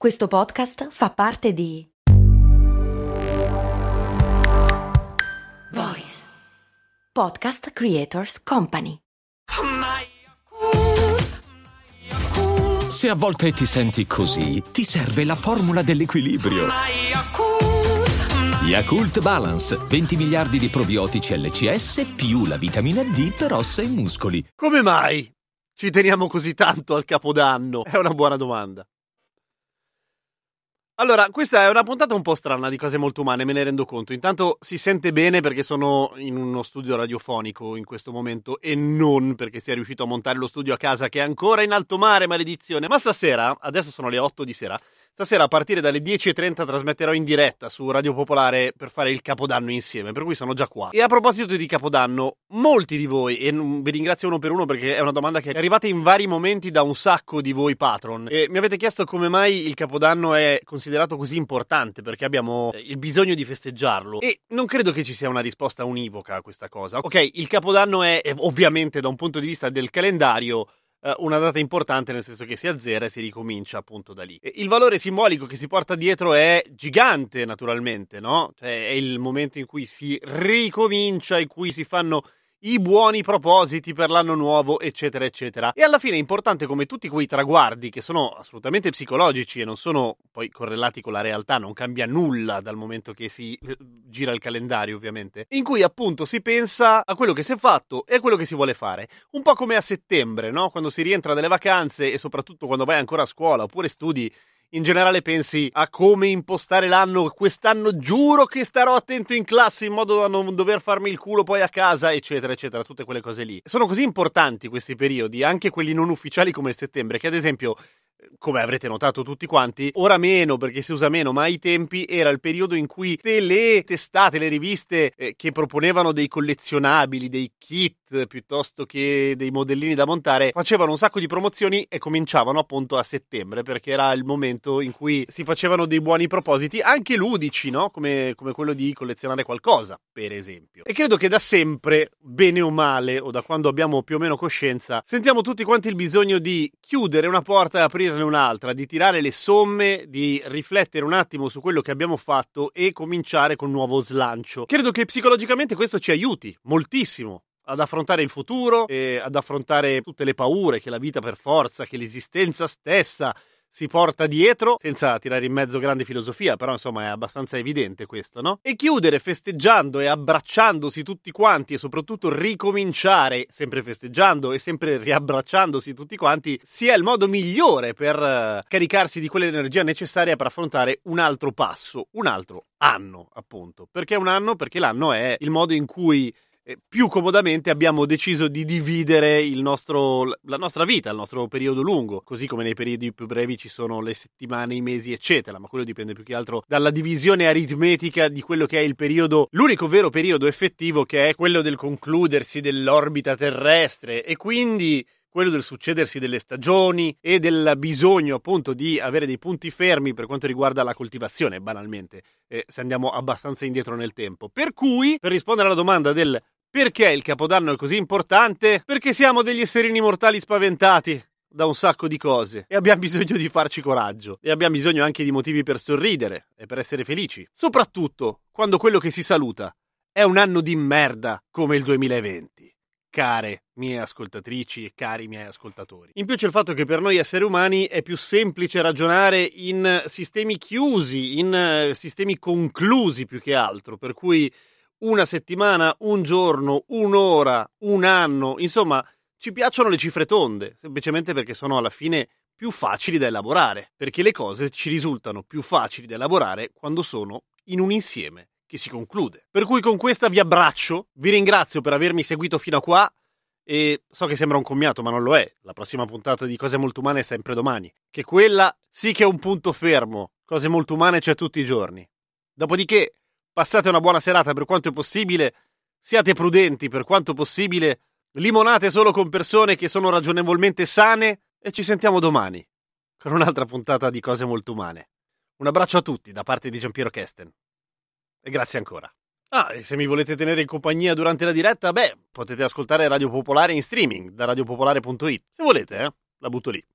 Questo podcast fa parte di Voice Podcast Creators Company. Se a volte ti senti così, ti serve la formula dell'equilibrio. Yakult Balance, 20 miliardi di probiotici LCS più la vitamina D per ossa e muscoli. Come mai ci teniamo così tanto al Capodanno? È una buona domanda. Allora, questa è una puntata un po' strana di Cose Molto Umane, me ne rendo conto. Intanto si sente bene perché sono in uno studio radiofonico in questo momento e non perché sia riuscito a montare lo studio a casa che è ancora in alto mare, maledizione. Ma stasera, adesso sono le 8 di sera, stasera a partire dalle 10:30 trasmetterò in diretta su Radio Popolare per fare il Capodanno insieme, per cui sono già qua. E a proposito di Capodanno, molti di voi, e vi ringrazio uno per uno perché è una domanda che è arrivata in vari momenti da un sacco di voi patron, e mi avete chiesto come mai il Capodanno è considerato così importante, perché abbiamo il bisogno di festeggiarlo, e non credo che ci sia una risposta univoca a questa cosa. Ok, il Capodanno è ovviamente da un punto di vista del calendario una data importante, nel senso che si azzera e si ricomincia appunto da lì. E il valore simbolico che si porta dietro è gigante, naturalmente, no? Cioè è il momento in cui si ricomincia, in cui si fanno i buoni propositi per l'anno nuovo, eccetera, eccetera. E alla fine è importante come tutti quei traguardi che sono assolutamente psicologici e non sono poi correlati con la realtà, non cambia nulla dal momento che si gira il calendario, ovviamente, in cui appunto si pensa a quello che si è fatto e a quello che si vuole fare. Un po' come a settembre, no? Quando si rientra dalle vacanze e soprattutto quando vai ancora a scuola oppure studi, in generale pensi a come impostare l'anno. Quest'anno giuro che starò attento in classe in modo da non dover farmi il culo poi a casa, eccetera, eccetera, tutte quelle cose lì. Sono così importanti questi periodi, anche quelli non ufficiali come il settembre, che ad esempio, come avrete notato tutti quanti, ora meno perché si usa meno, ma ai tempi era il periodo in cui le testate, le riviste che proponevano dei collezionabili, dei kit piuttosto che dei modellini da montare, facevano un sacco di promozioni e cominciavano appunto a settembre, perché era il momento in cui si facevano dei buoni propositi, anche ludici, no? Come quello di collezionare qualcosa, per esempio. E credo che da sempre, bene o male, o da quando abbiamo più o meno coscienza, sentiamo tutti quanti il bisogno di chiudere una porta e aprirne un'altra, di tirare le somme, di riflettere un attimo su quello che abbiamo fatto e cominciare con un nuovo slancio. Credo che psicologicamente questo ci aiuti moltissimo ad affrontare il futuro e ad affrontare tutte le paure che la vita per forza, che l'esistenza stessa si porta dietro, senza tirare in mezzo grande filosofia, però insomma è abbastanza evidente questo, no? E chiudere festeggiando e abbracciandosi tutti quanti e soprattutto ricominciare sempre festeggiando e sempre riabbracciandosi tutti quanti sia il modo migliore per caricarsi di quell'energia necessaria per affrontare un altro passo, un altro anno, appunto. Perché un anno? Perché l'anno è il modo in cui più comodamente abbiamo deciso di dividere la nostra vita, il nostro periodo lungo, così come nei periodi più brevi ci sono le settimane, i mesi, eccetera, ma quello dipende più che altro dalla divisione aritmetica di quello che è il periodo, l'unico vero periodo effettivo, che è quello del concludersi dell'orbita terrestre, e quindi quello del succedersi delle stagioni e del bisogno appunto di avere dei punti fermi per quanto riguarda la coltivazione, banalmente, se andiamo abbastanza indietro nel tempo. Per cui, per rispondere alla domanda del perché il Capodanno è così importante, perché siamo degli esserini mortali spaventati da un sacco di cose e abbiamo bisogno di farci coraggio, e abbiamo bisogno anche di motivi per sorridere e per essere felici, soprattutto quando quello che si saluta è un anno di merda come il 2020. Care mie ascoltatrici e cari miei ascoltatori. In più c'è il fatto che per noi esseri umani è più semplice ragionare in sistemi chiusi, in sistemi conclusi più che altro, per cui una settimana, un giorno, un'ora, un anno, insomma, ci piacciono le cifre tonde, semplicemente perché sono alla fine più facili da elaborare, perché le cose ci risultano più facili da elaborare quando sono in un insieme che si conclude. Per cui con questa vi abbraccio, vi ringrazio per avermi seguito fino a qua, e so che sembra un commiato, ma non lo è. La prossima puntata di Cose Molto Umane è sempre domani, che quella sì che è un punto fermo. Cose Molto Umane c'è tutti i giorni. Dopodiché passate una buona serata per quanto è possibile, siate prudenti per quanto possibile, limonate solo con persone che sono ragionevolmente sane, e ci sentiamo domani con un'altra puntata di Cose Molto Umane. Un abbraccio a tutti da parte di Giampiero Kesten. E grazie ancora. E se mi volete tenere in compagnia durante la diretta, potete ascoltare Radio Popolare in streaming da radiopopolare.it. Se volete, la butto lì.